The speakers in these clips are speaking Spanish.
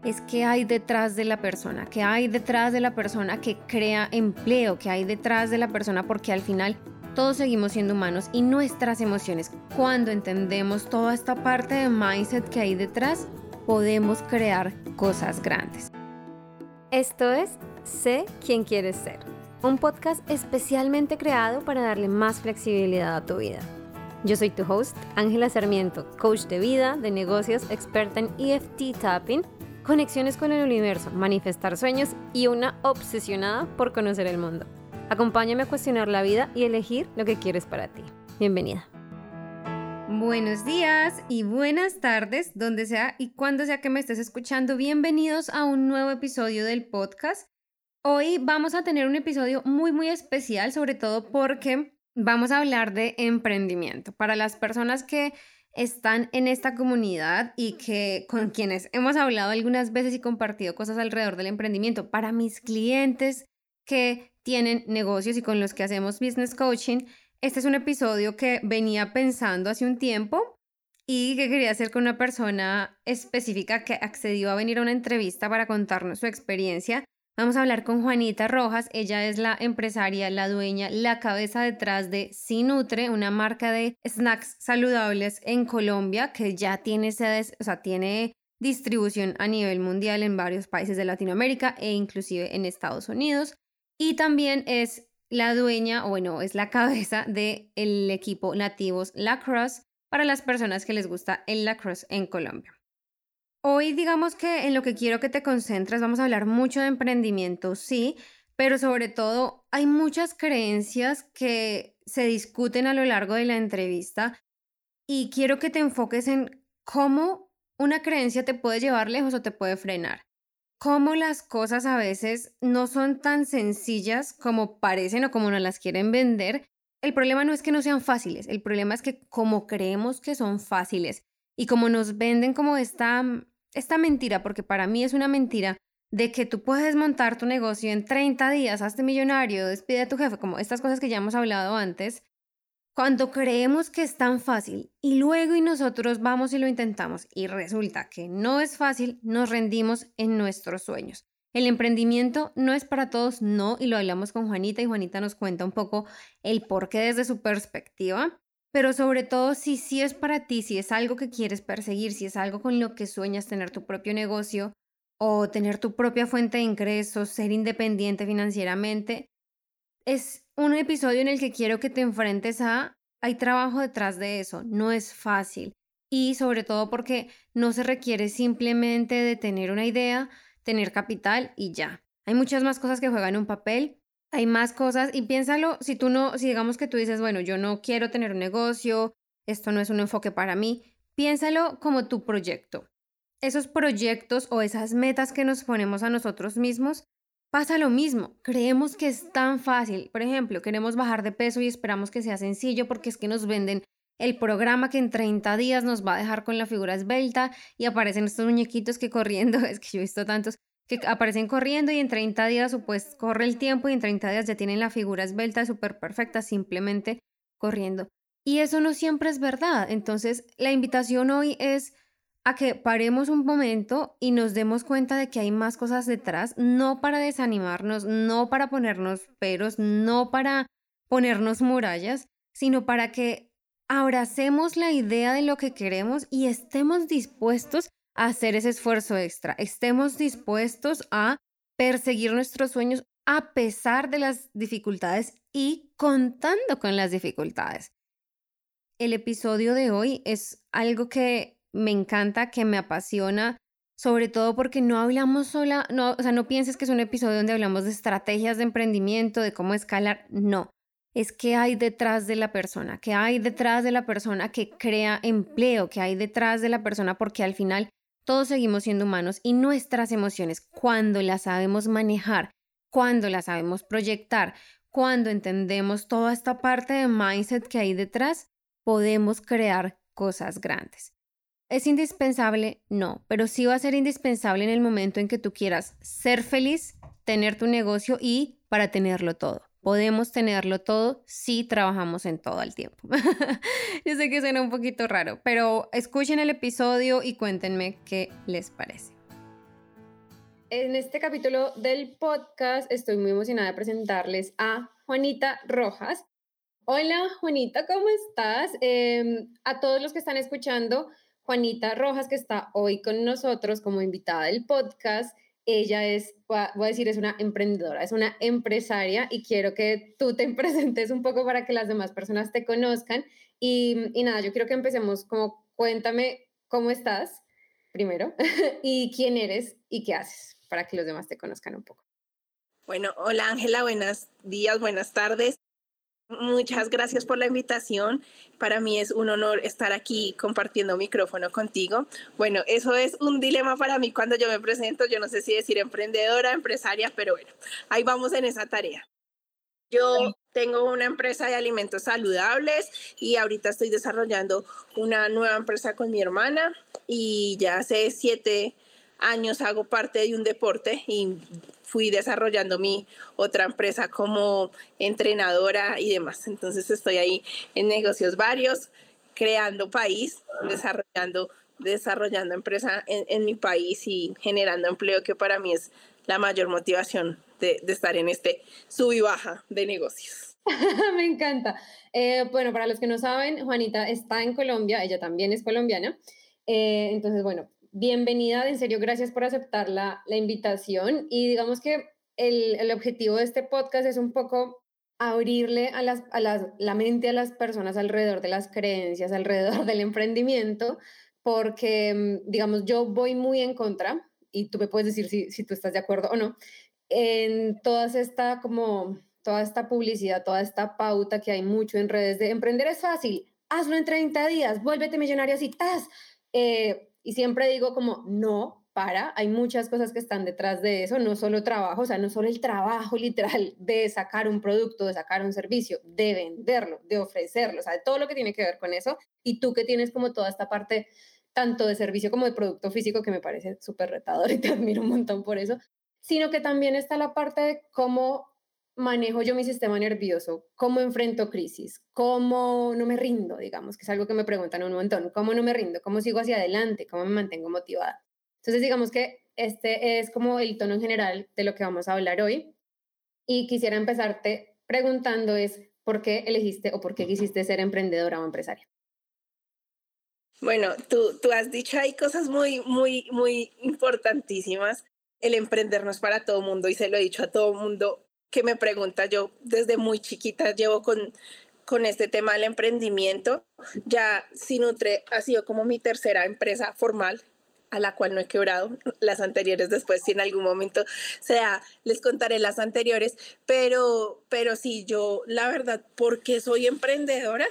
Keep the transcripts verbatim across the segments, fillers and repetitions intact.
es qué hay detrás de la persona, qué hay detrás de la persona que crea empleo, qué hay detrás de la persona, porque al final todos seguimos siendo humanos y nuestras emociones, cuando entendemos toda esta parte de mindset que hay detrás, podemos crear cosas grandes. Esto es Sé quién quieres ser, un podcast especialmente creado para darle más flexibilidad a tu vida. Yo soy tu host, Ángela Sarmiento, coach de vida, de negocios, experta en E F T tapping, conexiones con el universo, manifestar sueños y una obsesionada por conocer el mundo. Acompáñame a cuestionar la vida y elegir lo que quieres para ti. Bienvenida. Buenos días y buenas tardes, donde sea y cuando sea que me estés escuchando. Bienvenidos a un nuevo episodio del podcast. Hoy vamos a tener un episodio muy muy especial, sobre todo porque vamos a hablar de emprendimiento. Para las personas que están en esta comunidad y que con quienes hemos hablado algunas veces y compartido cosas alrededor del emprendimiento, para mis clientes que tienen negocios y con los que hacemos business coaching, este es un episodio que venía pensando hace un tiempo y que quería hacer con una persona específica que accedió a venir a una entrevista para contarnos su experiencia. Vamos a hablar con Juanita Rojas. Ella es la empresaria, la dueña, la cabeza detrás de Sinutre, una marca de snacks saludables en Colombia que ya tiene sedes, o sea, tiene distribución a nivel mundial en varios países de Latinoamérica e inclusive en Estados Unidos. Y también es la dueña, o bueno, es la cabeza del equipo Nativos Lacrosse para las personas que les gusta el lacrosse en Colombia. Hoy digamos que en lo que quiero que te concentres vamos a hablar mucho de emprendimiento, sí, pero sobre todo hay muchas creencias que se discuten a lo largo de la entrevista y quiero que te enfoques en cómo una creencia te puede llevar lejos o te puede frenar. Cómo las cosas a veces no son tan sencillas como parecen o como nos las quieren vender. El problema no es que no sean fáciles, el problema es que como creemos que son fáciles y como nos venden como esta, esta mentira, porque para mí es una mentira, de que tú puedes montar tu negocio en treinta días, hazte millonario, despide a tu jefe, como estas cosas que ya hemos hablado antes. Cuando creemos que es tan fácil y luego y nosotros vamos y lo intentamos y resulta que no es fácil, nos rendimos en nuestros sueños. El emprendimiento no es para todos, no, y lo hablamos con Juanita y Juanita nos cuenta un poco el por qué desde su perspectiva, pero sobre todo si sí es para ti, si es algo que quieres perseguir, si es algo con lo que sueñas tener tu propio negocio o tener tu propia fuente de ingresos, ser independiente financieramente. Es un episodio en el que quiero que te enfrentes a, hay trabajo detrás de eso, no es fácil y sobre todo porque no se requiere simplemente de tener una idea, tener capital y ya. Hay muchas más cosas que juegan un papel, hay más cosas y piénsalo, si tú no, si digamos que tú dices, bueno, yo no quiero tener un negocio, esto no es un enfoque para mí, piénsalo como tu proyecto. Esos proyectos o esas metas que nos ponemos a nosotros mismos, pasa lo mismo, creemos que es tan fácil. Por ejemplo, queremos bajar de peso y esperamos que sea sencillo porque es que nos venden el programa que en treinta días nos va a dejar con la figura esbelta y aparecen estos muñequitos que corriendo, es que yo he visto tantos, que aparecen corriendo y en treinta días o pues corre el tiempo y en treinta días ya tienen la figura esbelta súper perfecta simplemente corriendo. Y eso no siempre es verdad. Entonces, la invitación hoy es a que paremos un momento y nos demos cuenta de que hay más cosas detrás, no para desanimarnos, no para ponernos peros, no para ponernos murallas, sino para que abracemos la idea de lo que queremos y estemos dispuestos a hacer ese esfuerzo extra, estemos dispuestos a perseguir nuestros sueños a pesar de las dificultades y contando con las dificultades. El episodio de hoy es algo que me encanta, que me apasiona, sobre todo porque no hablamos sola, no, o sea, no pienses que es un episodio donde hablamos de estrategias de emprendimiento, de cómo escalar, no. Es qué hay detrás de la persona, qué hay detrás de la persona que crea empleo, qué hay detrás de la persona, porque al final todos seguimos siendo humanos y nuestras emociones, cuando las sabemos manejar, cuando las sabemos proyectar, cuando entendemos toda esta parte de mindset que hay detrás, podemos crear cosas grandes. ¿Es indispensable? No, pero sí va a ser indispensable en el momento en que tú quieras ser feliz, tener tu negocio y para tenerlo todo. Podemos tenerlo todo si trabajamos en todo el tiempo. Yo sé que suena un poquito raro, pero escuchen el episodio y cuéntenme qué les parece. en este capítulo del podcast estoy muy emocionada de presentarles a Juanita Rojas. Hola Juanita, ¿cómo estás? Eh, a todos los que están escuchando, Juanita Rojas, que está hoy con nosotros como invitada del podcast, ella es, voy a decir, es una emprendedora, es una empresaria y quiero que tú te presentes un poco para que las demás personas te conozcan. Y, y nada, yo quiero que empecemos como cuéntame cómo estás primero y quién eres y qué haces para que los demás te conozcan un poco. Bueno, hola Ángela, buenos días, buenas tardes. Muchas gracias por la invitación. Para mí es un honor estar aquí compartiendo micrófono contigo. Bueno, eso es un dilema para mí cuando yo me presento. Yo no sé si decir emprendedora, empresaria, pero bueno, ahí vamos en esa tarea. Yo tengo una empresa de alimentos saludables y ahorita estoy desarrollando una nueva empresa con mi hermana y ya hace siete años hago parte de un deporte y fui desarrollando mi otra empresa como entrenadora y demás. Entonces estoy ahí en negocios varios, creando país, desarrollando, desarrollando empresa en, en mi país y generando empleo, que para mí es la mayor motivación de, de estar en este sub y baja de negocios. Me encanta. Eh, bueno, para los que no saben, Juanita está en Colombia, ella también es colombiana. Eh, entonces, bueno, bienvenida, en serio, gracias por aceptar la, la invitación. Y digamos que el, el objetivo de este podcast es un poco abrirle a, las, a las, la mente a las personas alrededor de las creencias, alrededor del emprendimiento, porque, digamos, yo voy muy en contra, y tú me puedes decir si, si tú estás de acuerdo o no, en todas esta como toda esta publicidad, toda esta pauta que hay mucho en redes de emprender es fácil, hazlo en treinta días, vuélvete millonario así, ¡tas! Eh, y siempre digo como, no, para, hay muchas cosas que están detrás de eso, no solo trabajo, o sea, no solo el trabajo literal de sacar un producto, de sacar un servicio, de venderlo, de ofrecerlo, o sea, de todo lo que tiene que ver con eso. Y tú que tienes como toda esta parte tanto de servicio como de producto físico, que me parece súper retador y te admiro un montón por eso, sino que también está la parte de cómo manejo yo mi sistema nervioso, cómo enfrento crisis, cómo no me rindo, digamos, que es algo que me preguntan un montón, cómo no me rindo, cómo sigo hacia adelante, cómo me mantengo motivada. Entonces, digamos que este es como el tono en general de lo que vamos a hablar hoy. Y quisiera empezarte preguntando es, ¿por qué elegiste o por qué quisiste ser emprendedora o empresaria? Bueno, tú, tú has dicho ahí cosas muy, muy, muy importantísimas. El emprender no es para todo mundo y se lo he dicho a todo mundo que me pregunta. Yo desde muy chiquita llevo con, con este tema del emprendimiento. Ya Sinutre ha sido como mi tercera empresa formal a la cual no he quebrado. Las anteriores después, si en algún momento se da, les contaré las anteriores. Pero, pero sí, yo la verdad, ¿por qué soy emprendedora?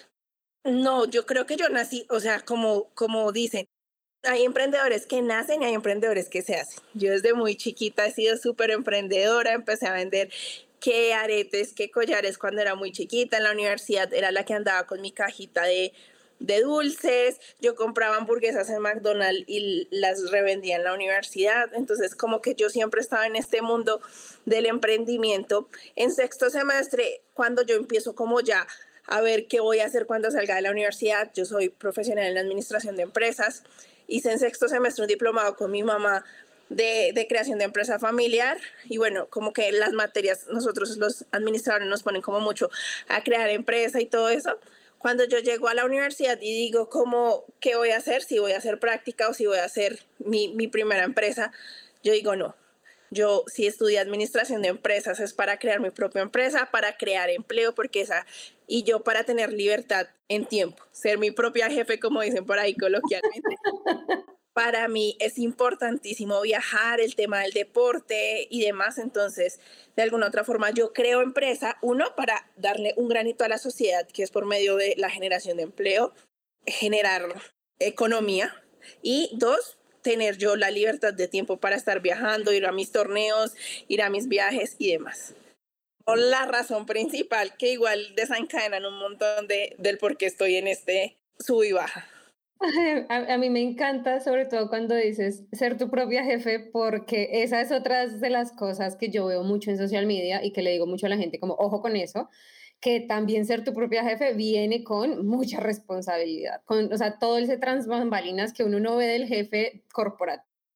No, yo creo que yo nací, o sea, como, como dicen, hay emprendedores que nacen y hay emprendedores que se hacen. Yo desde muy chiquita he sido súper emprendedora, empecé a vender qué aretes, qué collares cuando era muy chiquita. En la universidad era la que andaba con mi cajita de, de dulces. Yo compraba hamburguesas en McDonald's y las revendía en la universidad. Entonces, como que yo siempre estaba en este mundo del emprendimiento. En sexto semestre, cuando yo empiezo como ya a ver qué voy a hacer cuando salga de la universidad. Yo soy profesional en la administración de empresas. Hice en sexto semestre un diplomado con mi mamá de, de creación de empresa familiar. Y bueno, como que las materias, nosotros los administradores nos ponen como mucho a crear empresa y todo eso. Cuando yo llego a la universidad y digo como, ¿qué voy a hacer? Si voy a hacer práctica o si voy a hacer mi, mi primera empresa, yo digo no. Yo sí estudié administración de empresas, es para crear mi propia empresa, para crear empleo, porque esa, y yo para tener libertad en tiempo, ser mi propia jefe, como dicen por ahí coloquialmente. Para mí es importantísimo viajar, el tema del deporte y demás, entonces de alguna otra forma yo creo empresa, uno, para darle un granito a la sociedad, que es por medio de la generación de empleo, generar economía, y dos, tener yo la libertad de tiempo para estar viajando, ir a mis torneos, ir a mis viajes y demás. La razón principal que igual desencadenan un montón de, del por qué estoy en este sub y baja. A, a mí me encanta, sobre todo cuando dices ser tu propia jefe, porque esa es otra de las cosas que yo veo mucho en social media y que le digo mucho a la gente, como ojo con eso, que también ser tu propia jefe viene con mucha responsabilidad, con, o sea, todo ese tras bambalinas que uno no ve del jefe corporativo.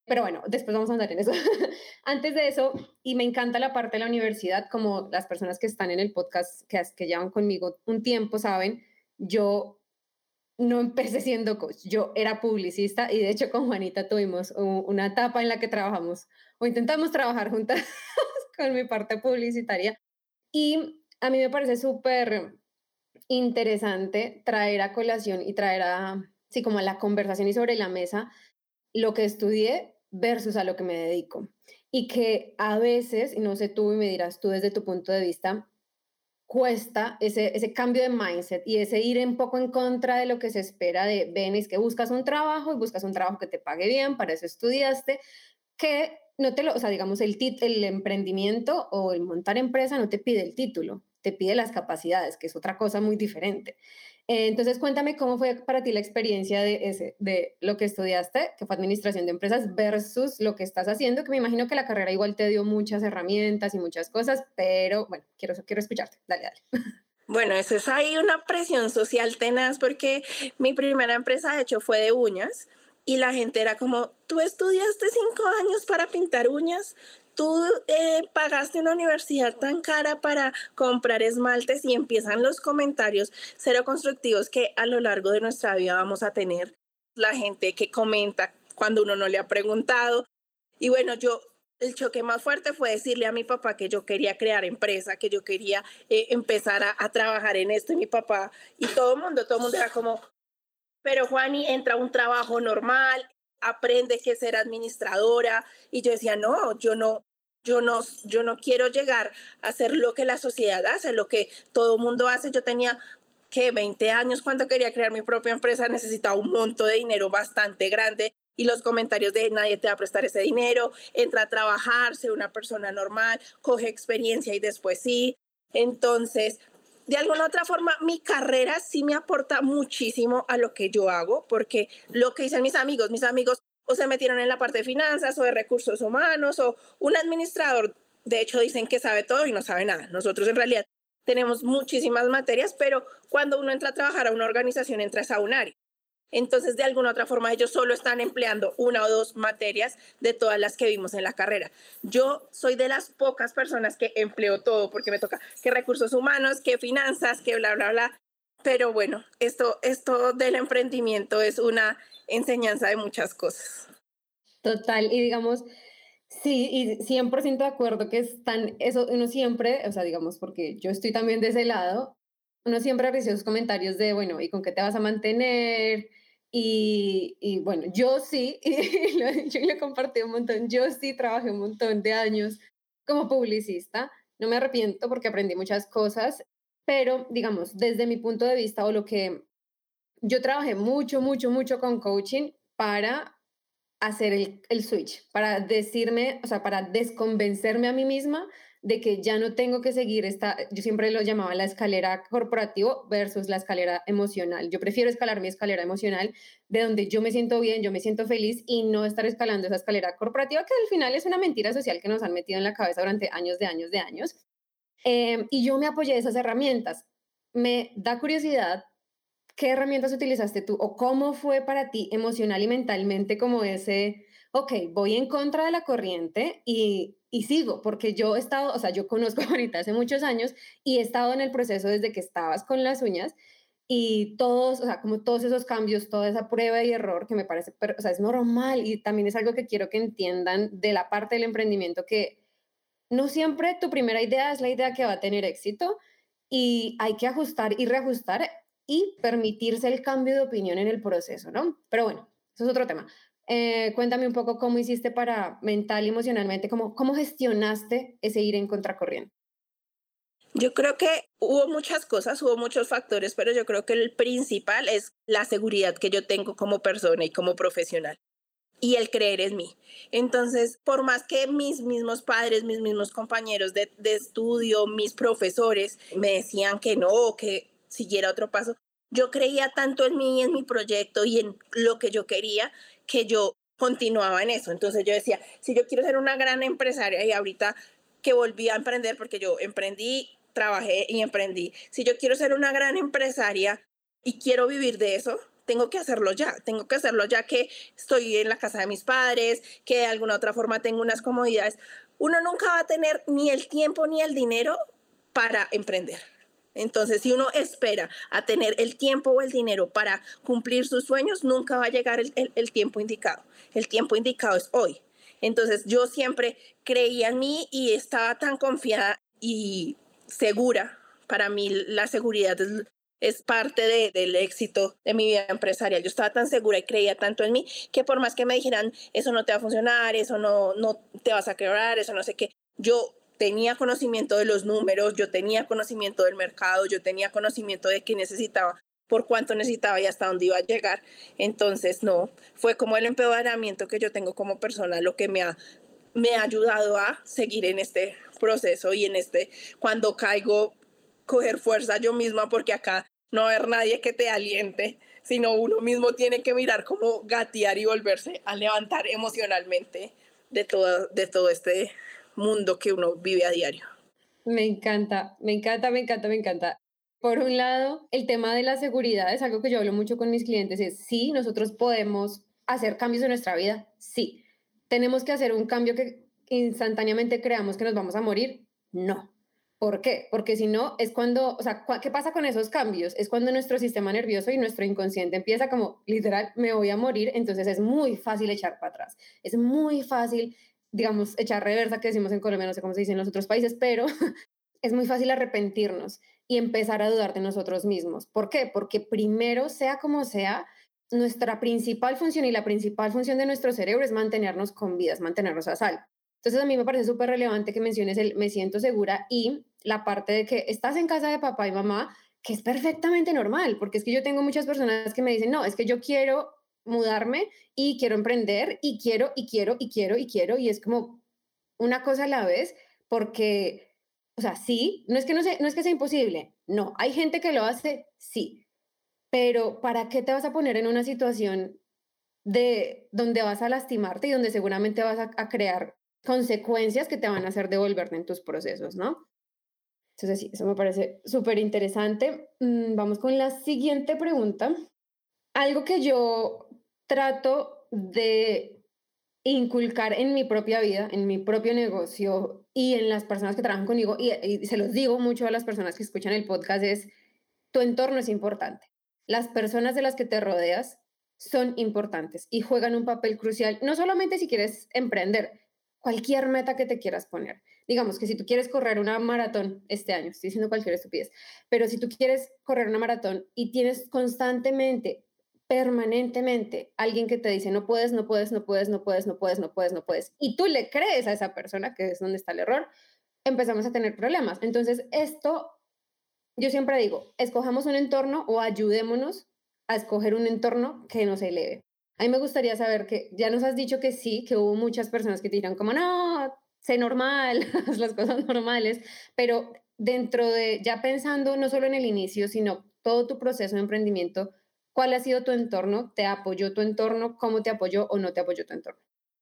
Pero bueno, después vamos a andar en eso. Antes de eso, y me encanta la parte de la universidad, como las personas que están en el podcast, que, que llevan conmigo un tiempo, saben, yo no empecé siendo coach, yo era publicista y de hecho con Juanita tuvimos una etapa en la que trabajamos o intentamos trabajar juntas con mi parte publicitaria y a mí me parece súper interesante traer a colación y traer a, sí, como a la conversación y sobre la mesa lo que estudié versus a lo que me dedico. Y que a veces, y no sé tú y me dirás tú desde tu punto de vista, cuesta ese, ese cambio de mindset y ese ir un poco en contra de lo que se espera de, ven, es que buscas un trabajo y buscas un trabajo que te pague bien, para eso estudiaste, que no te lo, o sea, digamos, el, tit, el emprendimiento o el montar empresa no te pide el título, te pide las capacidades, que es otra cosa muy diferente. Eh, entonces, cuéntame cómo fue para ti la experiencia de, ese, de lo que estudiaste, que fue administración de empresas, versus lo que estás haciendo, que me imagino que la carrera igual te dio muchas herramientas y muchas cosas, pero bueno, quiero, quiero escucharte. Dale, dale. Bueno, eso es ahí una presión social tenaz porque mi primera empresa, de hecho, fue de uñas y la gente era como, ¿tú estudiaste cinco años para pintar uñas? ¿Tú eh, pagaste una universidad tan cara para comprar esmaltes? Y empiezan los comentarios cero constructivos que a lo largo de nuestra vida vamos a tener. La gente que comenta cuando uno no le ha preguntado. Y bueno, yo... El choque más fuerte fue decirle a mi papá que yo quería crear empresa, que yo quería eh, empezar a, a trabajar en esto y mi papá y todo el mundo, todo el mundo era como, pero Juani, entra a un trabajo normal, aprende que ser administradora y yo decía, no, yo no, yo no, yo no quiero llegar a hacer lo que la sociedad hace, lo que todo el mundo hace. Yo tenía que veinte años cuando quería crear mi propia empresa, necesitaba un monto de dinero bastante grande. Y los comentarios de nadie te va a prestar ese dinero, entra a trabajar, sé una persona normal, coge experiencia y después sí. Entonces, de alguna u otra forma, mi carrera sí me aporta muchísimo a lo que yo hago, porque lo que dicen mis amigos, mis amigos o se metieron en la parte de finanzas o de recursos humanos o un administrador, de hecho dicen que sabe todo y no sabe nada. Nosotros en realidad tenemos muchísimas materias, pero cuando uno entra a trabajar a una organización, entras a un área. Entonces, de alguna u otra forma, ellos solo están empleando una o dos materias de todas las que vimos en la carrera. Yo soy de las pocas personas que empleo todo porque me toca que recursos humanos, que finanzas, que bla, bla, bla. Pero bueno, esto, esto del emprendimiento es una enseñanza de muchas cosas. Total, y digamos, sí, y cien por ciento de acuerdo que están, eso uno siempre, o sea, digamos, porque yo estoy también de ese lado, uno siempre recibe esos comentarios de, bueno, ¿y con qué te vas a mantener? Y, y bueno, yo sí, y lo he dicho y lo he compartido un montón, yo sí trabajé un montón de años como publicista, no me arrepiento porque aprendí muchas cosas, pero digamos, desde mi punto de vista o lo que yo trabajé mucho, mucho, mucho con coaching para hacer el, el switch, para decirme, o sea, para desconvencerme a mí misma de que ya no tengo que seguir esta, yo siempre lo llamaba la escalera corporativo versus la escalera emocional. Yo prefiero escalar mi escalera emocional de donde yo me siento bien, yo me siento feliz y no estar escalando esa escalera corporativa que al final es una mentira social que nos han metido en la cabeza durante años de años de años. Eh, y yo me apoyé de esas herramientas. Me da curiosidad. ¿Qué herramientas utilizaste tú o cómo fue para ti emocional y mentalmente como ese, ok, voy en contra de la corriente y, y sigo? Porque yo he estado, o sea, yo conozco a Juanita hace muchos años y he estado en el proceso desde que estabas con las uñas y todos, o sea, como todos esos cambios, toda esa prueba y error que me parece, pero, o sea, es normal y también es algo que quiero que entiendan de la parte del emprendimiento que no siempre tu primera idea es la idea que va a tener éxito y hay que ajustar y reajustar y permitirse el cambio de opinión en el proceso, ¿no? Pero bueno, eso es otro tema. Eh, cuéntame un poco cómo hiciste para mental y emocionalmente, cómo, cómo gestionaste ese ir en contracorriente. Yo creo que hubo muchas cosas, hubo muchos factores, pero yo creo que el principal es la seguridad que yo tengo como persona y como profesional y el creer en mí. Entonces, por más que mis mismos padres, mis mismos compañeros de, de estudio, mis profesores me decían que no, que siguiera otro paso, yo creía tanto en mí, en mi proyecto y en lo que yo quería, que yo continuaba en eso. Entonces yo decía, si yo quiero ser una gran empresaria y ahorita que volví a emprender, porque yo emprendí, trabajé y emprendí, si yo quiero ser una gran empresaria y quiero vivir de eso, tengo que hacerlo ya, tengo que hacerlo ya que estoy en la casa de mis padres, que de alguna otra forma tengo unas comodidades. Uno nunca va a tener ni el tiempo ni el dinero para emprender. Entonces, si uno espera a tener el tiempo o el dinero para cumplir sus sueños, nunca va a llegar el, el, el tiempo indicado. El tiempo indicado es hoy. Entonces, yo siempre creía en mí y estaba tan confiada y segura. Para mí, la seguridad es, es parte de, del éxito de mi vida empresarial. Yo estaba tan segura y creía tanto en mí que por más que me dijeran, eso no te va a funcionar, eso no, no te vas a quebrar, eso no sé qué, yo tenía conocimiento de los números, yo tenía conocimiento del mercado, yo tenía conocimiento de qué necesitaba, por cuánto necesitaba y hasta dónde iba a llegar. Entonces, no, fue como el empoderamiento que yo tengo como persona lo que me ha, me ha ayudado a seguir en este proceso y en este, cuando caigo, coger fuerza yo misma, porque acá no va a haber nadie que te aliente, sino uno mismo tiene que mirar cómo gatear y volverse a levantar emocionalmente de todo, de todo este mundo que uno vive a diario. Me encanta, me encanta, me encanta, me encanta. Por un lado, el tema de la seguridad es algo que yo hablo mucho con mis clientes, es sí, nosotros podemos hacer cambios en nuestra vida, sí. ¿Tenemos que hacer un cambio que instantáneamente creamos que nos vamos a morir? No. ¿Por qué? Porque si no, es cuando, o sea, ¿qué pasa con esos cambios? Es cuando nuestro sistema nervioso y nuestro inconsciente empieza como, literal, me voy a morir, entonces es muy fácil echar para atrás, es muy fácil, digamos, echar reversa, que decimos en Colombia, no sé cómo se dice en los otros países, pero es muy fácil arrepentirnos y empezar a dudar de nosotros mismos. ¿Por qué? Porque primero, sea como sea, nuestra principal función y la principal función de nuestro cerebro es mantenernos con vida, es mantenernos a salvo. Entonces, a mí me parece súper relevante que menciones el me siento segura y la parte de que estás en casa de papá y mamá, que es perfectamente normal, porque es que yo tengo muchas personas que me dicen, no, es que yo quiero mudarme y quiero emprender y quiero y quiero y quiero y quiero y es como una cosa a la vez, porque, o sea, sí, no es que no, sea, no es que sea imposible, no, hay gente que lo hace, sí, pero ¿para qué te vas a poner en una situación de donde vas a lastimarte y donde seguramente vas a, a crear consecuencias que te van a hacer devolverte en tus procesos, ¿no? Entonces, sí, eso me parece súper interesante. Mm, vamos con la siguiente pregunta. Algo que yo trato de inculcar en mi propia vida, en mi propio negocio y en las personas que trabajan conmigo, y, y se los digo mucho a las personas que escuchan el podcast, es tu entorno es importante. Las personas de las que te rodeas son importantes y juegan un papel crucial, no solamente si quieres emprender, cualquier meta que te quieras poner. Digamos que si tú quieres correr una maratón este año, estoy diciendo cualquier estupidez, pero si tú quieres correr una maratón y tienes constantemente, permanentemente, alguien que te dice no puedes, no puedes, no puedes, no puedes, no puedes, no puedes, no puedes, y tú le crees a esa persona, que es donde está el error, empezamos a tener problemas. Entonces, esto, yo siempre digo, escojamos un entorno o ayudémonos a escoger un entorno que nos eleve. A mí me gustaría saber que ya nos has dicho que sí, que hubo muchas personas que te dirán como, no, sé normal, haz las cosas normales, pero dentro de, ya pensando no solo en el inicio, sino todo tu proceso de emprendimiento, ¿cuál ha sido tu entorno? ¿Te apoyó tu entorno? ¿Cómo te apoyó o no te apoyó tu entorno?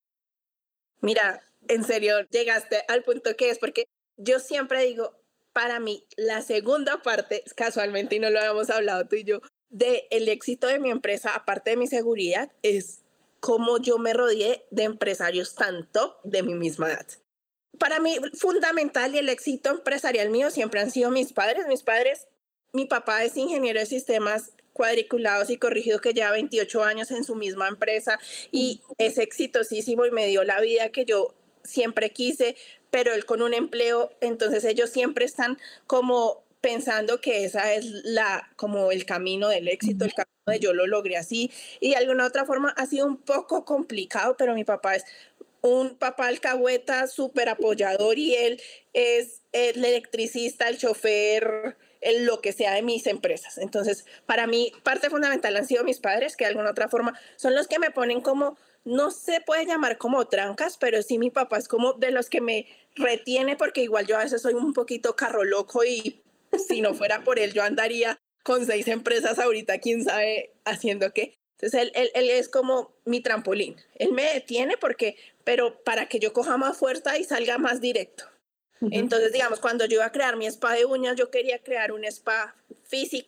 Mira, en serio, llegaste al punto que es, porque yo siempre digo, para mí, la segunda parte, casualmente, y no lo habíamos hablado tú y yo, de el éxito de mi empresa, aparte de mi seguridad, es cómo yo me rodeé de empresarios tan top de mi misma edad. Para mí, fundamental y el éxito empresarial mío siempre han sido mis padres. Mis padres, mi papá es ingeniero de sistemas cuadriculados y corrigido que lleva veintiocho años en su misma empresa y es exitosísimo y me dio la vida que yo siempre quise, pero él con un empleo, entonces ellos siempre están como pensando que esa es la, como el camino del éxito, el camino de yo lo logré así, y de alguna otra forma ha sido un poco complicado, pero mi papá es un papá alcahueta súper apoyador y él es el electricista, el chofer, el lo que sea de mis empresas. Entonces, para mí, parte fundamental han sido mis padres, que de alguna otra forma son los que me ponen como, no se puede llamar como trancas, pero sí mi papá es como de los que me retiene, porque igual yo a veces soy un poquito carro loco y si no fuera por él, yo andaría con seis empresas ahorita, quién sabe haciendo qué. Entonces, él, él, él es como mi trampolín. Él me detiene porque, pero para que yo coja más fuerza y salga más directo. Uh-huh. Entonces, digamos, cuando yo iba a crear mi spa de uñas, yo quería crear un spa físico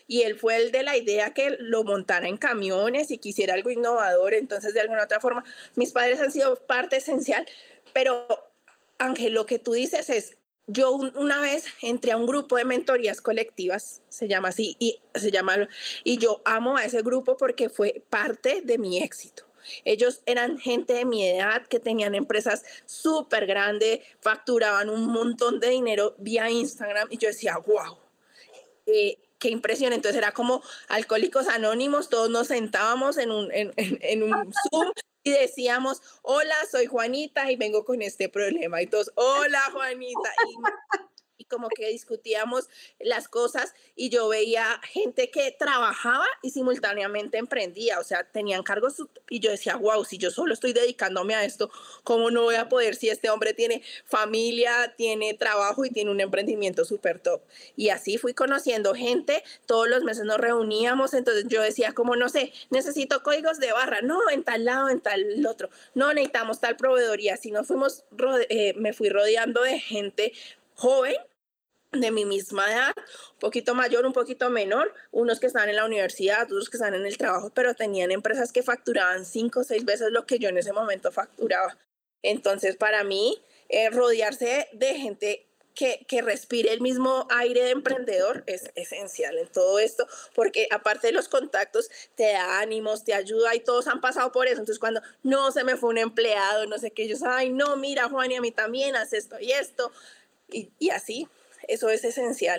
y él fue el de la idea que lo montara en camiones y quisiera algo innovador. Entonces, de alguna otra forma, mis padres han sido parte esencial, pero Ángel, lo que tú dices es, yo una vez entré a un grupo de mentorías colectivas, se llama así, y se llama, y yo amo a ese grupo porque fue parte de mi éxito. Ellos eran gente de mi edad que tenían empresas súper grandes, facturaban un montón de dinero vía Instagram y yo decía, wow, eh, qué impresión. Entonces era como Alcohólicos Anónimos, todos nos sentábamos en un, en, en, en un Zoom y decíamos, hola, soy Juanita y vengo con este problema. Y todos, hola, Juanita. Y, y como que discutíamos las cosas y yo veía gente que trabajaba y simultáneamente emprendía, o sea, tenían cargos y yo decía, wow, si yo solo estoy dedicándome a esto, ¿cómo no voy a poder si este hombre tiene familia, tiene trabajo y tiene un emprendimiento súper top? Y así fui conociendo gente, todos los meses nos reuníamos, entonces yo decía como, no sé, necesito códigos de barra, no, en tal lado, en tal otro, no, necesitamos tal proveedor y así nos fuimos, eh, me fui rodeando de gente joven, de mi misma edad, un poquito mayor, un poquito menor, unos que estaban en la universidad, otros que estaban en el trabajo, pero tenían empresas que facturaban cinco o seis veces lo que yo en ese momento facturaba. Entonces, para mí, eh, rodearse de gente que, que respire el mismo aire de emprendedor es esencial en todo esto, porque aparte de los contactos, te da ánimos, te ayuda y todos han pasado por eso. Entonces, cuando no se me fue un empleado, no sé qué, ellos, ay, no, mira, Juan, y a mí también haz esto y esto, y, y así. Eso es esencial.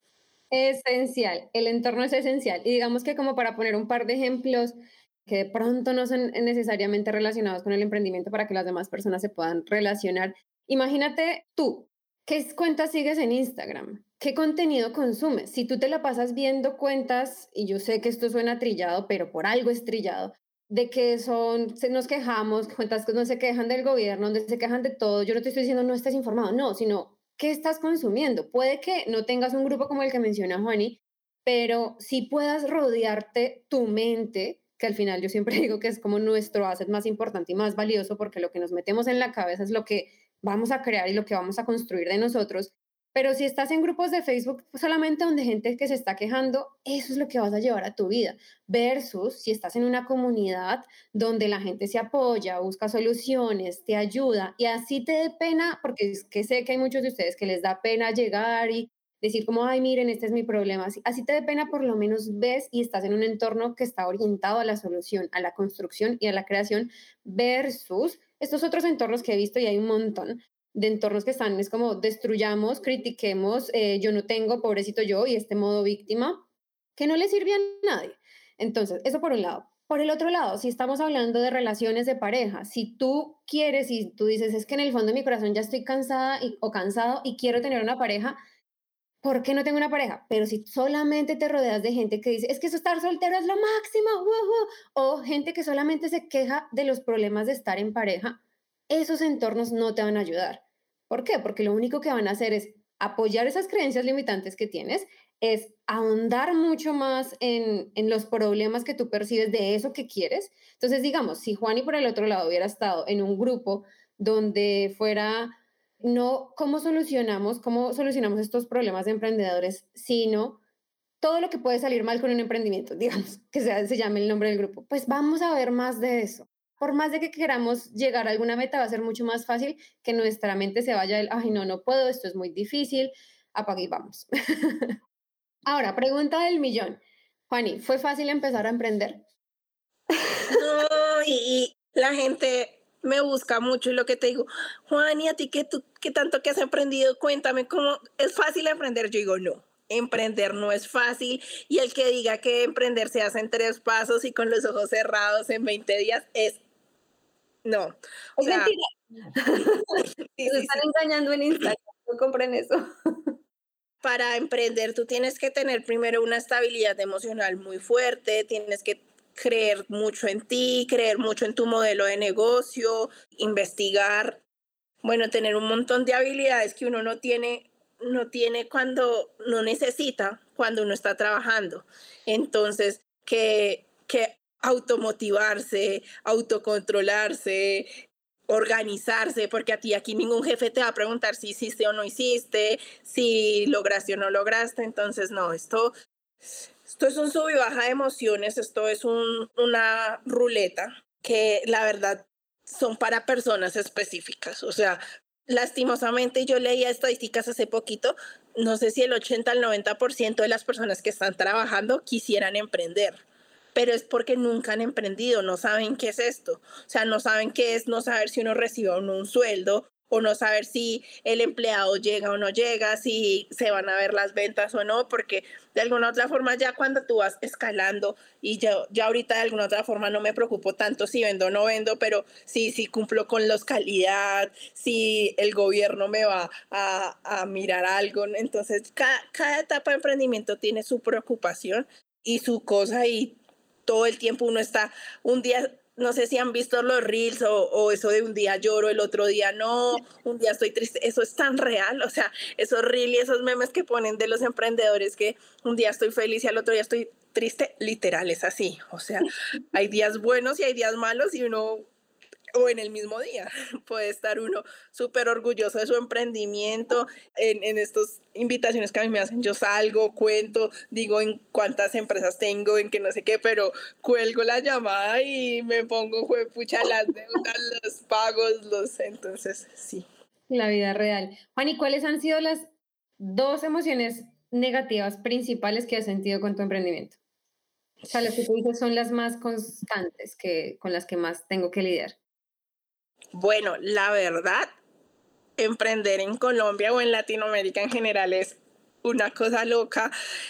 Esencial, el entorno es esencial. Y digamos que como para poner un par de ejemplos que de pronto no son necesariamente relacionados con el emprendimiento para que las demás personas se puedan relacionar. Imagínate tú, ¿qué cuentas sigues en Instagram? ¿Qué contenido consumes? Si tú te la pasas viendo cuentas, y yo sé que esto suena trillado, pero por algo es trillado, de que son, nos quejamos, cuentas que no se quejan del gobierno, donde se quejan de todo. Yo no te estoy diciendo no estés informado, no, sino ¿qué estás consumiendo? Puede que no tengas un grupo como el que menciona Juani, pero sí puedas rodearte tu mente, que al final yo siempre digo que es como nuestro asset más importante y más valioso, porque lo que nos metemos en la cabeza es lo que vamos a crear y lo que vamos a construir de nosotros. Pero si estás en grupos de Facebook solamente donde gente que se está quejando, eso es lo que vas a llevar a tu vida. Versus si estás en una comunidad donde la gente se apoya, busca soluciones, te ayuda y así te dé pena, porque es que sé que hay muchos de ustedes que les da pena llegar y decir como, ay, miren, este es mi problema. Así, así te dé pena, por lo menos ves y estás en un entorno que está orientado a la solución, a la construcción y a la creación versus estos otros entornos que he visto y hay un montón de entornos que están, es como destruyamos, critiquemos, eh, yo no tengo, pobrecito yo, y este modo víctima, que no le sirve a nadie. Entonces, eso por un lado. Por el otro lado, si estamos hablando de relaciones de pareja, si tú quieres y tú dices, es que en el fondo de mi corazón ya estoy cansada y, o cansado y quiero tener una pareja, ¿por qué no tengo una pareja? Pero si solamente te rodeas de gente que dice, es que eso estar soltero es lo máximo, uh, uh, o gente que solamente se queja de los problemas de estar en pareja, esos entornos no te van a ayudar. ¿Por qué? Porque lo único que van a hacer es apoyar esas creencias limitantes que tienes, es ahondar mucho más en, en los problemas que tú percibes de eso que quieres. Entonces, digamos, si Juani por el otro lado hubiera estado en un grupo donde fuera no cómo solucionamos, cómo solucionamos estos problemas de emprendedores, sino todo lo que puede salir mal con un emprendimiento, digamos, que sea, se llame el nombre del grupo, pues vamos a ver más de eso. Por más de que queramos llegar a alguna meta, va a ser mucho más fácil que nuestra mente se vaya, el, ay, no, no puedo, esto es muy difícil, apague y vamos. Ahora, pregunta del millón. Juani, ¿fue fácil empezar a emprender? No, y, y la gente me busca mucho y lo que te digo, Juan, ¿y a ti qué, tú, qué tanto que has emprendido? Cuéntame, ¿cómo es fácil emprender? Yo digo, no, emprender no es fácil y el que diga que emprender se hace en tres pasos y con los ojos cerrados en veinte días es, no. O es sea, mentira. Sí, sí, se están sí. engañando en Instagram, no compren eso. Para emprender tú tienes que tener primero una estabilidad emocional muy fuerte, tienes que creer mucho en ti, creer mucho en tu modelo de negocio, investigar, bueno, tener un montón de habilidades que uno no tiene, no tiene cuando no necesita, cuando uno está trabajando. Entonces, que, que automotivarse, autocontrolarse, organizarse, porque a ti aquí ningún jefe te va a preguntar si hiciste o no hiciste, si lograste o no lograste. Entonces, no, esto Esto es un sub y baja de emociones, esto es un, una ruleta que la verdad son para personas específicas. O sea, lastimosamente yo leía estadísticas hace poquito, no sé si el ochenta al noventa por ciento de las personas que están trabajando quisieran emprender, pero es porque nunca han emprendido, no saben qué es esto. O sea, no saben qué es no saber si uno recibe o no un sueldo, o no saber si el empleado llega o no llega, si se van a ver las ventas o no, porque de alguna otra forma ya cuando tú vas escalando y ya, ya ahorita de alguna otra forma no me preocupo tanto si vendo o no vendo, pero sí, sí cumplo con los calidad, si el gobierno me va a, a mirar algo. Entonces, cada, cada etapa de emprendimiento tiene su preocupación y su cosa y todo el tiempo uno está un día, no sé si han visto los reels o, o eso de un día lloro, el otro día no, un día estoy triste, eso es tan real, o sea, esos reels y esos memes que ponen de los emprendedores que un día estoy feliz y al otro día estoy triste, literal es así, o sea, hay días buenos y hay días malos y uno, o en el mismo día, puede estar uno súper orgulloso de su emprendimiento. En, en estas invitaciones que a mí me hacen, yo salgo, cuento, digo en cuántas empresas tengo, en que no sé qué, pero cuelgo la llamada y me pongo, juepucha, las deudas, los pagos, los... Entonces, sí. La vida real. Juan, ¿y cuáles han sido las dos emociones negativas principales que has sentido con tu emprendimiento? O sea, las que tú dices son las más constantes, que, con las que más tengo que lidiar. Bueno, la verdad, emprender en Colombia o en Latinoamérica en general es una cosa loca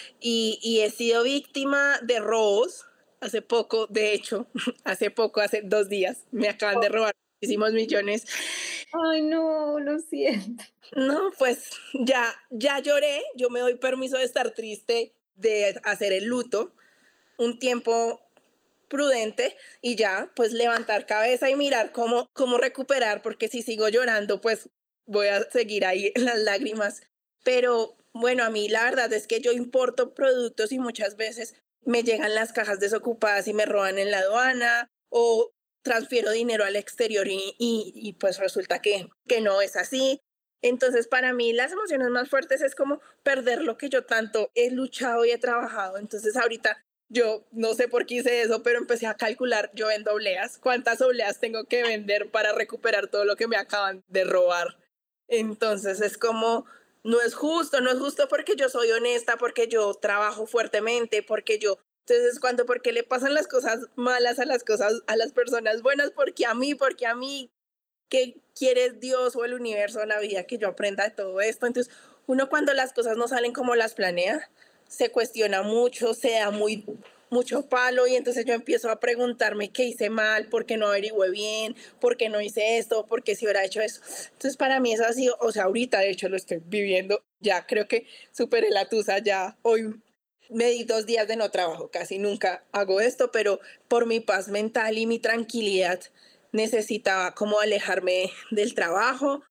y, y he sido víctima de robos. Hace poco, de hecho, hace poco, hace dos días, me acaban de robar muchísimos millones. Ay, no, lo siento. No, pues ya, ya lloré, yo me doy permiso de estar triste, de hacer el luto, un tiempo prudente y ya, pues levantar cabeza y mirar cómo, cómo recuperar, porque si sigo llorando, pues voy a seguir ahí en las lágrimas. Pero bueno, a mí la verdad es que yo importo productos y muchas veces me llegan las cajas desocupadas y me roban en la aduana o transfiero dinero al exterior y, y, y pues resulta que, que no es así. Entonces, para mí las emociones más fuertes es como perder lo que yo tanto he luchado y he trabajado. Entonces, ahorita yo no sé por qué hice eso, pero empecé a calcular, yo vendo obleas, cuántas obleas tengo que vender para recuperar todo lo que me acaban de robar. Entonces es como, no es justo, no es justo porque yo soy honesta, porque yo trabajo fuertemente, porque yo... Entonces, cuando, ¿por qué le pasan las cosas malas a las cosas, a las personas buenas? Porque a mí, porque a mí, ¿qué quiere Dios o el universo o la vida que yo aprenda de todo esto? Entonces, uno cuando las cosas no salen como las planea, se cuestiona mucho, se da muy, mucho palo y entonces yo empiezo a preguntarme qué hice mal, por qué no averigüé bien, por qué no hice esto, por qué si hubiera hecho eso. Entonces para mí eso ha sido, o sea, ahorita de hecho lo estoy viviendo, ya creo que superé la tusa, ya hoy me di dos días de no trabajo, casi nunca hago esto, pero por mi paz mental y mi tranquilidad necesitaba como alejarme del trabajo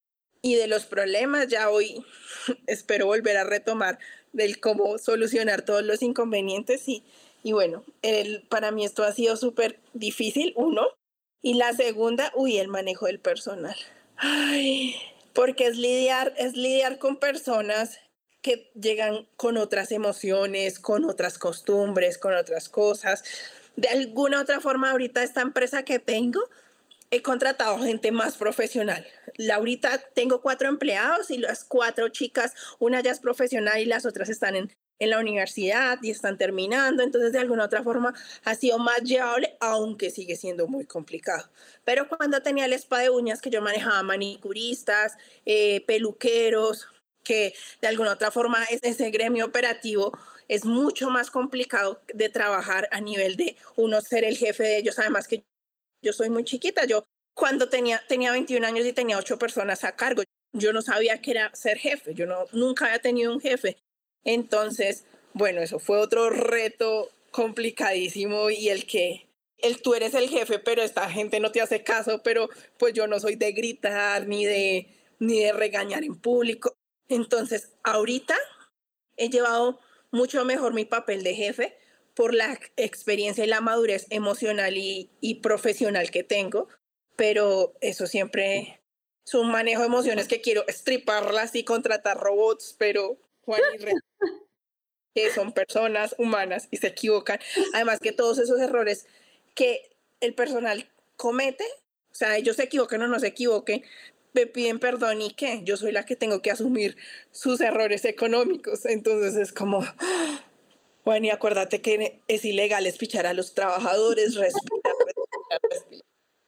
y de los problemas. Ya hoy espero volver a retomar del cómo solucionar todos los inconvenientes y, y bueno, el, para mí esto ha sido súper difícil, uno, y la segunda, uy, el manejo del personal. Ay, porque es lidiar, es lidiar con personas que llegan con otras emociones, con otras costumbres, con otras cosas. De alguna otra forma, ahorita esta empresa que tengo, he contratado gente más profesional. Ahorita tengo cuatro empleados y las cuatro chicas, una ya es profesional y las otras están en, en la universidad y están terminando. Entonces, de alguna otra forma, ha sido más llevable, aunque sigue siendo muy complicado. Pero cuando tenía el spa de uñas, que yo manejaba manicuristas, eh, peluqueros, que de alguna otra forma ese gremio operativo es mucho más complicado de trabajar a nivel de uno ser el jefe de ellos, además que yo soy muy chiquita. Yo cuando tenía, tenía veintiún años y tenía ocho personas a cargo, yo no sabía qué era ser jefe, yo no, nunca había tenido un jefe. Entonces, bueno, eso fue otro reto complicadísimo y el que el, tú eres el jefe, pero esta gente no te hace caso, pero pues yo no soy de gritar ni de, ni de regañar en público. Entonces, ahorita he llevado mucho mejor mi papel de jefe por la experiencia y la madurez emocional y, y profesional que tengo, pero eso siempre es un manejo de emociones que quiero estriparlas y contratar robots, pero Juan y Re, que son personas humanas y se equivocan. Además que todos esos errores que el personal comete, o sea, ellos se equivoquen o no se equivoquen, me piden perdón y ¿qué? Yo soy la que tengo que asumir sus errores económicos. Entonces es como, bueno, y acuérdate que es ilegal espichar a los trabajadores, respira, respira, respira.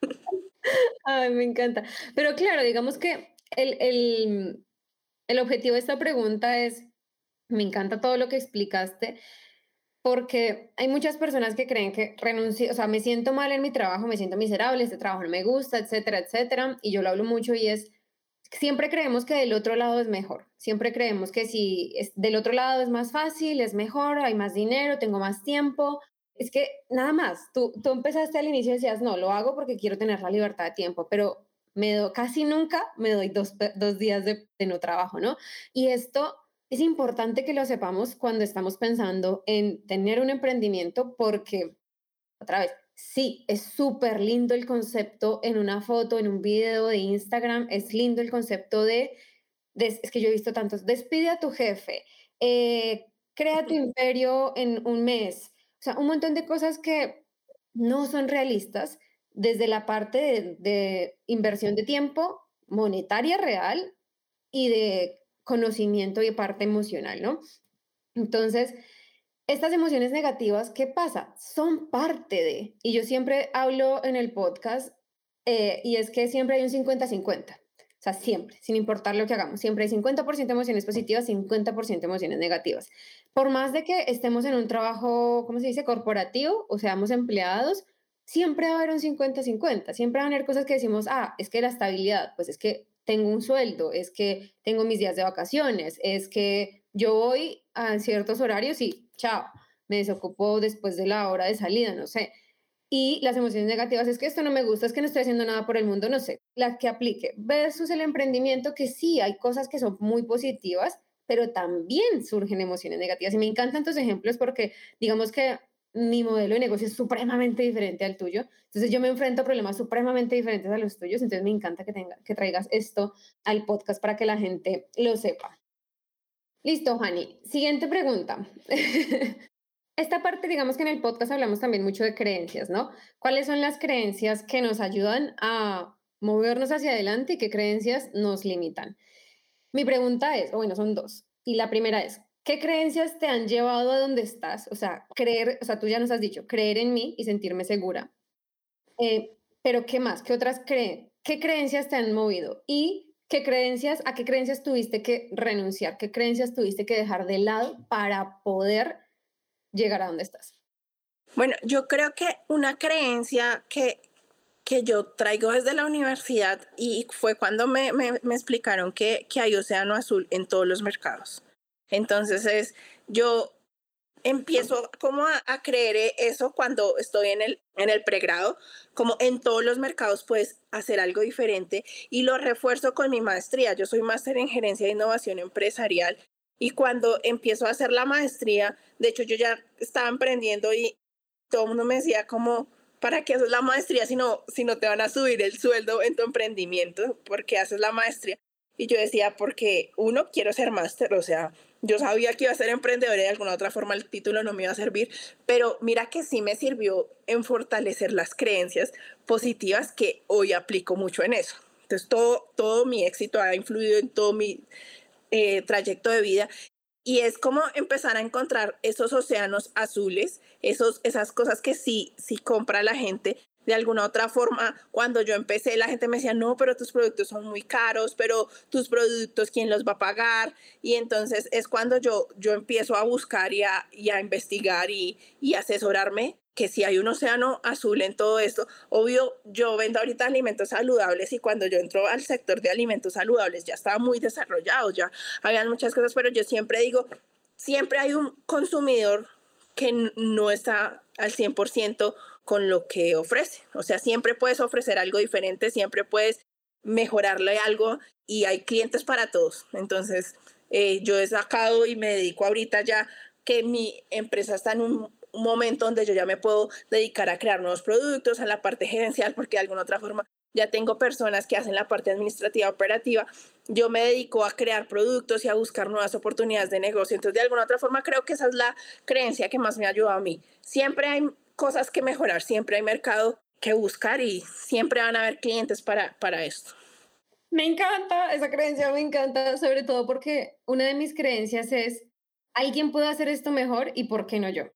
Ay, me encanta. Pero claro, digamos que el, el, el objetivo de esta pregunta es, me encanta todo lo que explicaste, porque hay muchas personas que creen que renuncio, o sea, me siento mal en mi trabajo, me siento miserable, este trabajo no me gusta, etcétera, etcétera. Y yo lo hablo mucho y es, siempre creemos que del otro lado es mejor. Siempre creemos que si es, del otro lado es más fácil, es mejor, hay más dinero, tengo más tiempo. Es que nada más, tú, tú empezaste al inicio y decías, no, lo hago porque quiero tener la libertad de tiempo, pero me do, casi nunca me doy dos, dos días de, de no trabajo, ¿no? Y esto es importante que lo sepamos cuando estamos pensando en tener un emprendimiento porque, otra vez, sí, es súper lindo el concepto en una foto, en un video de Instagram, es lindo el concepto de, de es que yo he visto tantos, despide a tu jefe, eh, crea tu imperio en un mes, o sea, un montón de cosas que no son realistas desde la parte de, de inversión de tiempo monetaria real y de conocimiento y parte emocional, ¿no? Entonces, estas emociones negativas, ¿qué pasa? Son parte de, y yo siempre hablo en el podcast, eh, y es que siempre hay un cincuenta-cincuenta, o sea, siempre, sin importar lo que hagamos, siempre hay cincuenta por ciento emociones positivas, cincuenta por ciento emociones negativas. Por más de que estemos en un trabajo, ¿cómo se dice?, corporativo, o seamos empleados, siempre va a haber un cincuenta-cincuenta, siempre van a haber cosas que decimos, ah, es que la estabilidad, pues es que tengo un sueldo, es que tengo mis días de vacaciones, es que yo voy a ciertos horarios y chao, me desocupo después de la hora de salida, no sé. Y las emociones negativas es que esto no me gusta, es que no estoy haciendo nada por el mundo, no sé, la que aplique. Versus el emprendimiento, que sí, hay cosas que son muy positivas, pero también surgen emociones negativas. Y me encantan tus ejemplos porque digamos que mi modelo de negocio es supremamente diferente al tuyo. Entonces yo me enfrento a problemas supremamente diferentes a los tuyos. Entonces me encanta que, tenga, que traigas esto al podcast para que la gente lo sepa. Listo, Hani. Siguiente pregunta. Esta parte, digamos que en el podcast hablamos también mucho de creencias, ¿no? ¿Cuáles son las creencias que nos ayudan a movernos hacia adelante y qué creencias nos limitan? Mi pregunta es, o bueno, son dos. Y la primera es, ¿qué creencias te han llevado a donde estás? O sea, creer, o sea, tú ya nos has dicho, creer en mí y sentirme segura. Eh, pero ¿qué más? ¿Qué otras creen? ¿Qué creencias te han movido? Y ¿qué creencias, a qué creencias tuviste que renunciar? ¿Qué creencias tuviste que dejar de lado para poder llegar a donde estás? Bueno, yo creo que una creencia que, que yo traigo desde la universidad y fue cuando me, me, me explicaron que, que hay océano azul en todos los mercados. Entonces es, yo empiezo como a, a creer eso cuando estoy en el, en el pregrado, como en todos los mercados puedes hacer algo diferente y lo refuerzo con mi maestría. Yo soy máster en gerencia de innovación empresarial y cuando empiezo a hacer la maestría, de hecho yo ya estaba emprendiendo y todo el mundo me decía como, ¿para qué haces la maestría si no, si no te van a subir el sueldo en tu emprendimiento? ¿Por qué haces la maestría? Y yo decía, porque uno, quiero ser máster, o sea, yo sabía que iba a ser emprendedora y de alguna otra forma el título no me iba a servir, pero mira que sí me sirvió en fortalecer las creencias positivas que hoy aplico mucho en eso. Entonces todo, todo mi éxito ha influido en todo mi eh, trayecto de vida y es como empezar a encontrar esos océanos azules, esos, esas cosas que sí, sí compra la gente. De alguna otra forma, cuando yo empecé, la gente me decía, no, pero tus productos son muy caros, pero tus productos, ¿quién los va a pagar? Y entonces es cuando yo, yo empiezo a buscar y a, y a investigar y, y asesorarme que si hay un océano azul en todo esto. Obvio, yo vendo ahorita alimentos saludables y cuando yo entro al sector de alimentos saludables ya estaba muy desarrollado, ya habían muchas cosas, pero yo siempre digo, siempre hay un consumidor que no está al cien por ciento con lo que ofrece. O sea, siempre puedes ofrecer algo diferente, siempre puedes mejorarle algo y hay clientes para todos. Entonces, eh, yo he sacado y me dedico ahorita ya que mi empresa está en un, un momento donde yo ya me puedo dedicar a crear nuevos productos, a la parte gerencial, porque de alguna otra forma ya tengo personas que hacen la parte administrativa operativa, yo me dedico a crear productos y a buscar nuevas oportunidades de negocio. Entonces, de alguna otra forma, creo que esa es la creencia que más me ayuda a mí. Siempre hay cosas que mejorar, siempre hay mercado que buscar y siempre van a haber clientes para, para esto. Me encanta, esa creencia me encanta, sobre todo porque una de mis creencias es, alguien puede hacer esto mejor y ¿por qué no yo?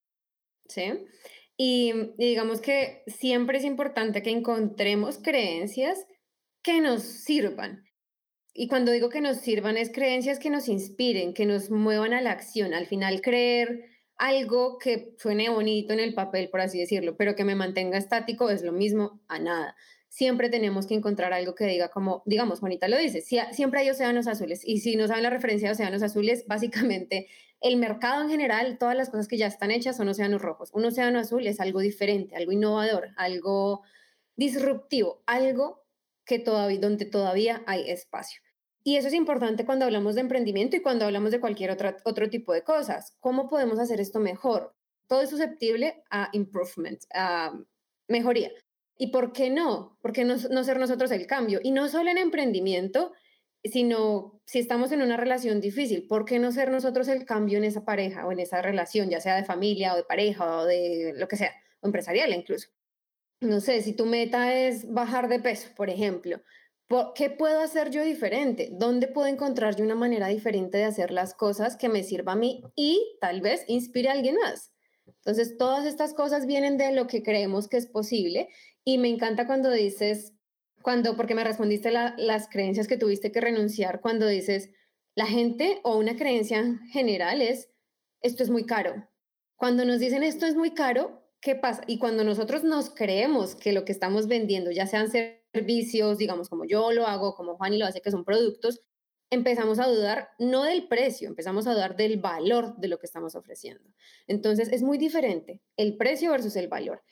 ¿Sí? Y, y digamos que siempre es importante que encontremos creencias que nos sirvan. Y cuando digo que nos sirvan, es creencias que nos inspiren, que nos muevan a la acción. Al final, creer algo que suene bonito en el papel, por así decirlo, pero que me mantenga estático es lo mismo a nada. Siempre tenemos que encontrar algo que diga como, digamos, Juanita lo dice, si, siempre hay océanos azules. Y si no saben la referencia de océanos azules, básicamente el mercado en general, todas las cosas que ya están hechas son océanos rojos. Un océano azul es algo diferente, algo innovador, algo disruptivo, algo que todavía, donde todavía hay espacio. Y eso es importante cuando hablamos de emprendimiento y cuando hablamos de cualquier otra, otro tipo de cosas. ¿Cómo podemos hacer esto mejor? Todo es susceptible a improvement, a mejoría. ¿Y por qué no? ¿Por qué no, no ser nosotros el cambio? Y no solo en emprendimiento, sino si estamos en una relación difícil, ¿por qué no ser nosotros el cambio en esa pareja o en esa relación, ya sea de familia o de pareja o de lo que sea, o empresarial incluso? No sé, si tu meta es bajar de peso, por ejemplo, ¿qué puedo hacer yo diferente? ¿Dónde puedo encontrar yo una manera diferente de hacer las cosas que me sirva a mí y tal vez inspire a alguien más? Entonces, todas estas cosas vienen de lo que creemos que es posible y me encanta cuando dices, cuando, porque me respondiste la, las creencias que tuviste que renunciar, cuando dices, la gente o una creencia general es, esto es muy caro. Cuando nos dicen esto es muy caro, ¿qué pasa? Y cuando nosotros nos creemos que lo que estamos vendiendo, ya sean servicios, digamos, como yo lo hago, como Juan y lo hace, que son productos, empezamos a dudar no del precio, empezamos a dudar del valor de lo que estamos ofreciendo. Entonces, es muy diferente el precio versus el valor.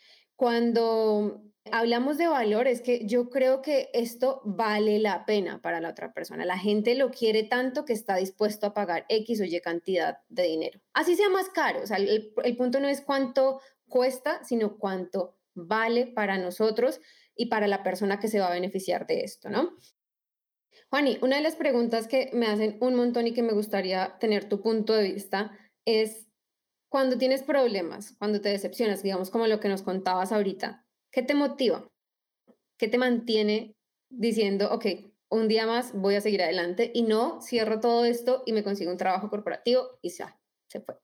Cuando hablamos de valor, es que yo creo que esto vale la pena para la otra persona. La gente lo quiere tanto que está dispuesto a pagar X o Y cantidad de dinero. Así sea más caro. O sea, el, el punto no es cuánto cuesta, sino cuánto vale para nosotros y para la persona que se va a beneficiar de esto, ¿no? Juani, una de las preguntas que me hacen un montón y que me gustaría tener tu punto de vista es cuando tienes problemas, cuando te decepcionas, digamos como lo que nos contabas ahorita, ¿qué te motiva? ¿Qué te mantiene diciendo, ok, un día más voy a seguir adelante y no cierro todo esto y me consigo un trabajo corporativo y ya, se fue?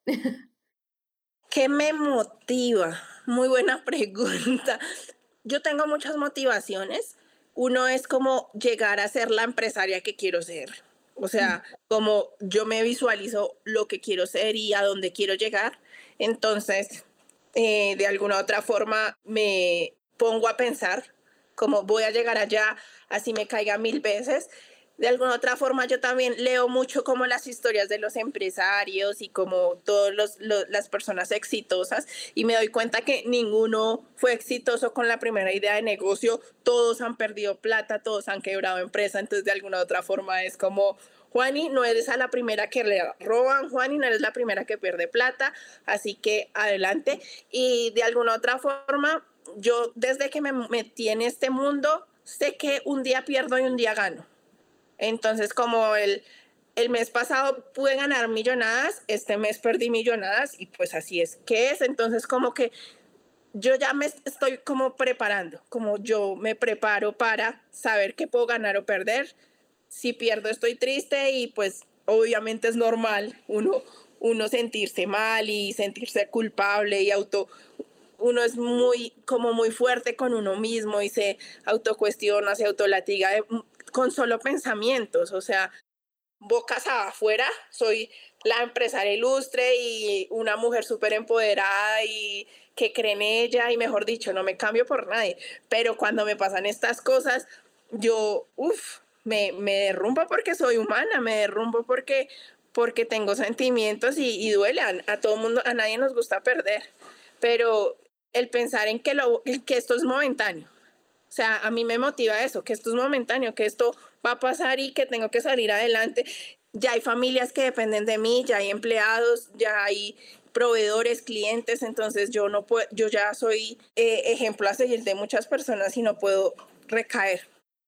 ¿Qué me motiva? Muy buena pregunta. Yo tengo muchas motivaciones. Uno es como llegar a ser la empresaria que quiero ser. O sea, como yo me visualizo lo que quiero ser y a dónde quiero llegar. Entonces, eh, de alguna otra forma me pongo a pensar cómo voy a llegar allá, así me caiga mil veces. De alguna otra forma yo también leo mucho como las historias de los empresarios y como todas las personas exitosas y me doy cuenta que ninguno fue exitoso con la primera idea de negocio, todos han perdido plata, todos han quebrado empresa, entonces de alguna otra forma es como, Juani, no eres a la primera que le roban, Juani, no eres la primera que pierde plata, así que adelante. Y de alguna otra forma, yo desde que me metí en este mundo, sé que un día pierdo y un día gano. Entonces, como el, el mes pasado pude ganar millonadas, este mes perdí millonadas y pues así es que es. Entonces, como que yo ya me estoy como preparando, como yo me preparo para saber qué puedo ganar o perder. Si pierdo estoy triste y pues obviamente es normal uno, uno sentirse mal y sentirse culpable y auto... Uno es muy, como muy fuerte con uno mismo y se autocuestiona, se autolatiga de, con solo pensamientos, o sea, bocas afuera, soy la empresaria ilustre y una mujer súper empoderada y que cree en ella y mejor dicho, no me cambio por nadie, pero cuando me pasan estas cosas, yo, uff, me, me derrumbo porque soy humana, me derrumbo porque, porque tengo sentimientos y, y duele, a, a todo mundo, a nadie nos gusta perder, pero el pensar en que, lo, que esto es momentáneo. O sea, a mí me motiva eso, que esto es momentáneo, que esto va a pasar y que tengo que salir adelante. Ya hay familias que dependen de mí, ya hay empleados, ya hay proveedores, clientes, entonces yo no puedo, yo ya soy eh, ejemplo a seguir de muchas personas y no puedo recaer.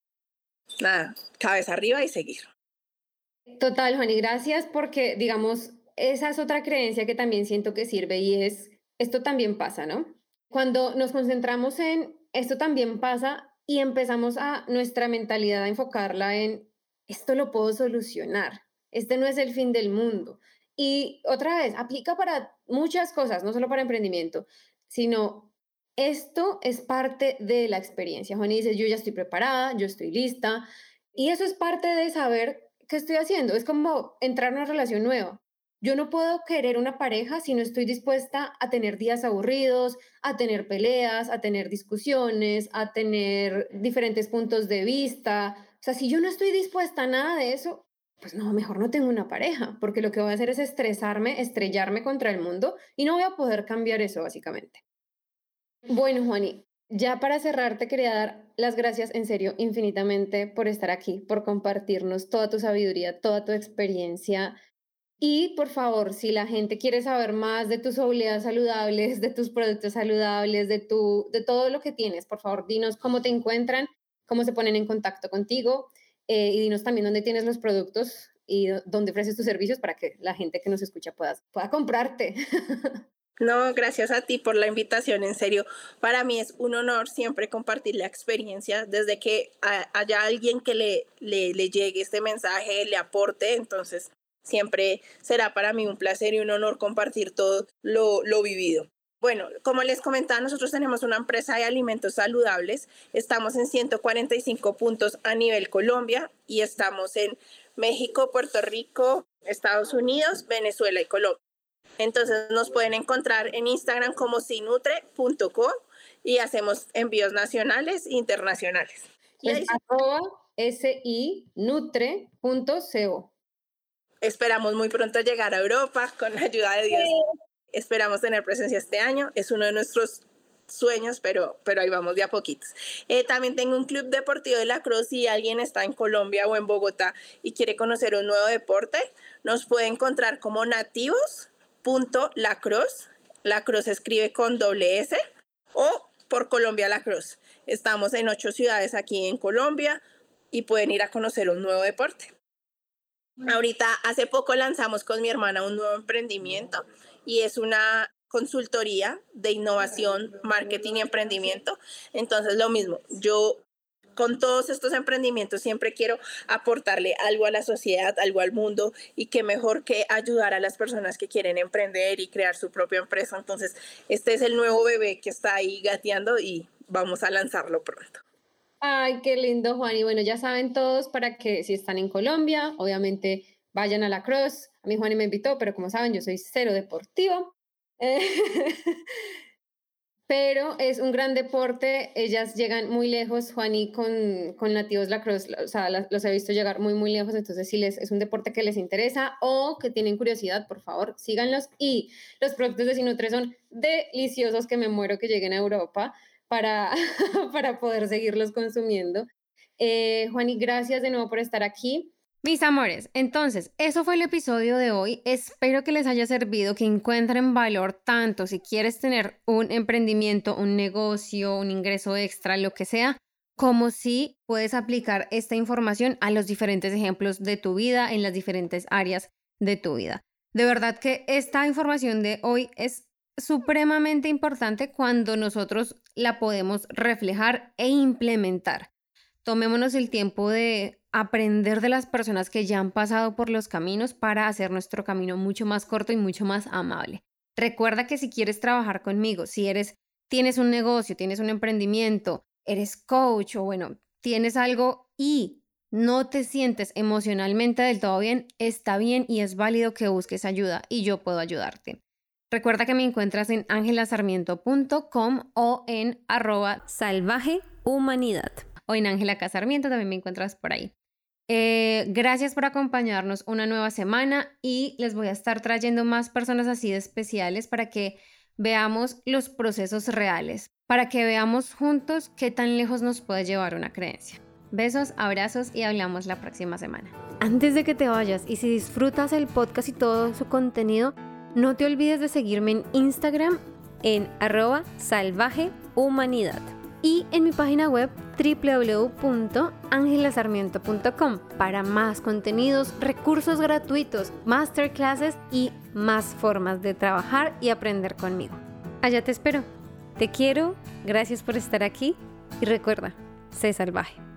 Nada, cabeza arriba y seguir. Total, Juan, y gracias porque, digamos, esa es otra creencia que también siento que sirve y es, esto también pasa, ¿no? Cuando nos concentramos en esto también pasa y empezamos a nuestra mentalidad a enfocarla en esto lo puedo solucionar, este no es el fin del mundo. Y otra vez, aplica para muchas cosas, no solo para emprendimiento, sino esto es parte de la experiencia. Juan dice, yo ya estoy preparada, yo estoy lista, y eso es parte de saber qué estoy haciendo. Es como entrar en una relación nueva. Yo no puedo querer una pareja si no estoy dispuesta a tener días aburridos, a tener peleas, a tener discusiones, a tener diferentes puntos de vista. O sea, si yo no estoy dispuesta a nada de eso, pues no, mejor no tengo una pareja, porque lo que voy a hacer es estresarme, estrellarme contra el mundo y no voy a poder cambiar eso, básicamente. Bueno, Juani, ya para cerrar te quería dar las gracias en serio infinitamente por estar aquí, por compartirnos toda tu sabiduría, toda tu experiencia. Y por favor, si la gente quiere saber más de tus obleas saludables, de tus productos saludables, de, tu, de todo lo que tienes, por favor, dinos cómo te encuentran, cómo se ponen en contacto contigo eh, y dinos también dónde tienes los productos y dónde ofreces tus servicios para que la gente que nos escucha pueda, pueda comprarte. No, gracias a ti por la invitación, en serio. Para mí es un honor siempre compartir la experiencia, desde que haya alguien que le, le, le llegue este mensaje, le aporte, entonces siempre será para mí un placer y un honor compartir todo lo, lo vivido. Bueno, como les comentaba, nosotros tenemos una empresa de alimentos saludables, estamos en ciento cuarenta y cinco puntos a nivel Colombia y estamos en México, Puerto Rico, Estados Unidos, Venezuela y Colombia. Entonces nos pueden encontrar en Instagram como sinutre punto co y hacemos envíos nacionales e internacionales. Y es arroba sinutre punto co. Esperamos muy pronto llegar a Europa con la ayuda de Dios. Sí. Esperamos tener presencia este año. Es uno de nuestros sueños, pero, pero ahí vamos de a poquitos. Eh, también tengo un club deportivo de lacrosse. Si alguien está en Colombia o en Bogotá y quiere conocer un nuevo deporte, nos puede encontrar como nativos punto lacrosse. Lacrosse se escribe con doble S o por Colombia Lacrosse. Estamos en ocho ciudades aquí en Colombia y pueden ir a conocer un nuevo deporte. Ahorita, hace poco lanzamos con mi hermana un nuevo emprendimiento y es una consultoría de innovación, marketing y emprendimiento. Entonces, lo mismo, yo con todos estos emprendimientos siempre quiero aportarle algo a la sociedad, algo al mundo y qué mejor que ayudar a las personas que quieren emprender y crear su propia empresa. Entonces, este es el nuevo bebé que está ahí gateando y vamos a lanzarlo pronto. Ay, qué lindo, Juan. Y bueno, ya saben todos para que si están en Colombia, obviamente vayan a Lacrosse. A mí Juani me invitó, pero como saben, yo soy cero deportivo. Eh, pero es un gran deporte. Ellas llegan muy lejos, Juani, con, con nativos Lacrosse. O sea, las, los he visto llegar muy, muy lejos. Entonces, si les, es un deporte que les interesa o que tienen curiosidad, por favor, síganlos. Y los productos de Sinutre son deliciosos, que me muero que lleguen a Europa para, para poder seguirlos consumiendo. Eh, Juani, gracias de nuevo por estar aquí. Mis amores, entonces, eso fue el episodio de hoy. Espero que les haya servido, que encuentren valor tanto si quieres tener un emprendimiento, un negocio, un ingreso extra, lo que sea, como si puedes aplicar esta información a los diferentes ejemplos de tu vida, en las diferentes áreas de tu vida. De verdad que esta información de hoy es supremamente importante cuando nosotros la podemos reflejar e implementar. Tomémonos el tiempo de aprender de las personas que ya han pasado por los caminos para hacer nuestro camino mucho más corto y mucho más amable. Recuerda que si quieres trabajar conmigo, si eres, tienes un negocio, tienes un emprendimiento, eres coach o bueno, tienes algo y no te sientes emocionalmente del todo bien, está bien y es válido que busques ayuda y yo puedo ayudarte. Recuerda que me encuentras en angela sarmiento punto com o en arroba salvajehumanidad. O en Ángela K. Sarmiento también me encuentras por ahí. Eh, gracias por acompañarnos una nueva semana y les voy a estar trayendo más personas así de especiales para que veamos los procesos reales, para que veamos juntos qué tan lejos nos puede llevar una creencia. Besos, abrazos y hablamos la próxima semana. Antes de que te vayas y si disfrutas el podcast y todo su contenido, no te olvides de seguirme en Instagram en arroba salvajehumanidad y en mi página web doble u doble u doble u punto angela sarmiento punto com para más contenidos, recursos gratuitos, masterclasses y más formas de trabajar y aprender conmigo. Allá te espero. Te quiero, gracias por estar aquí y recuerda, sé salvaje.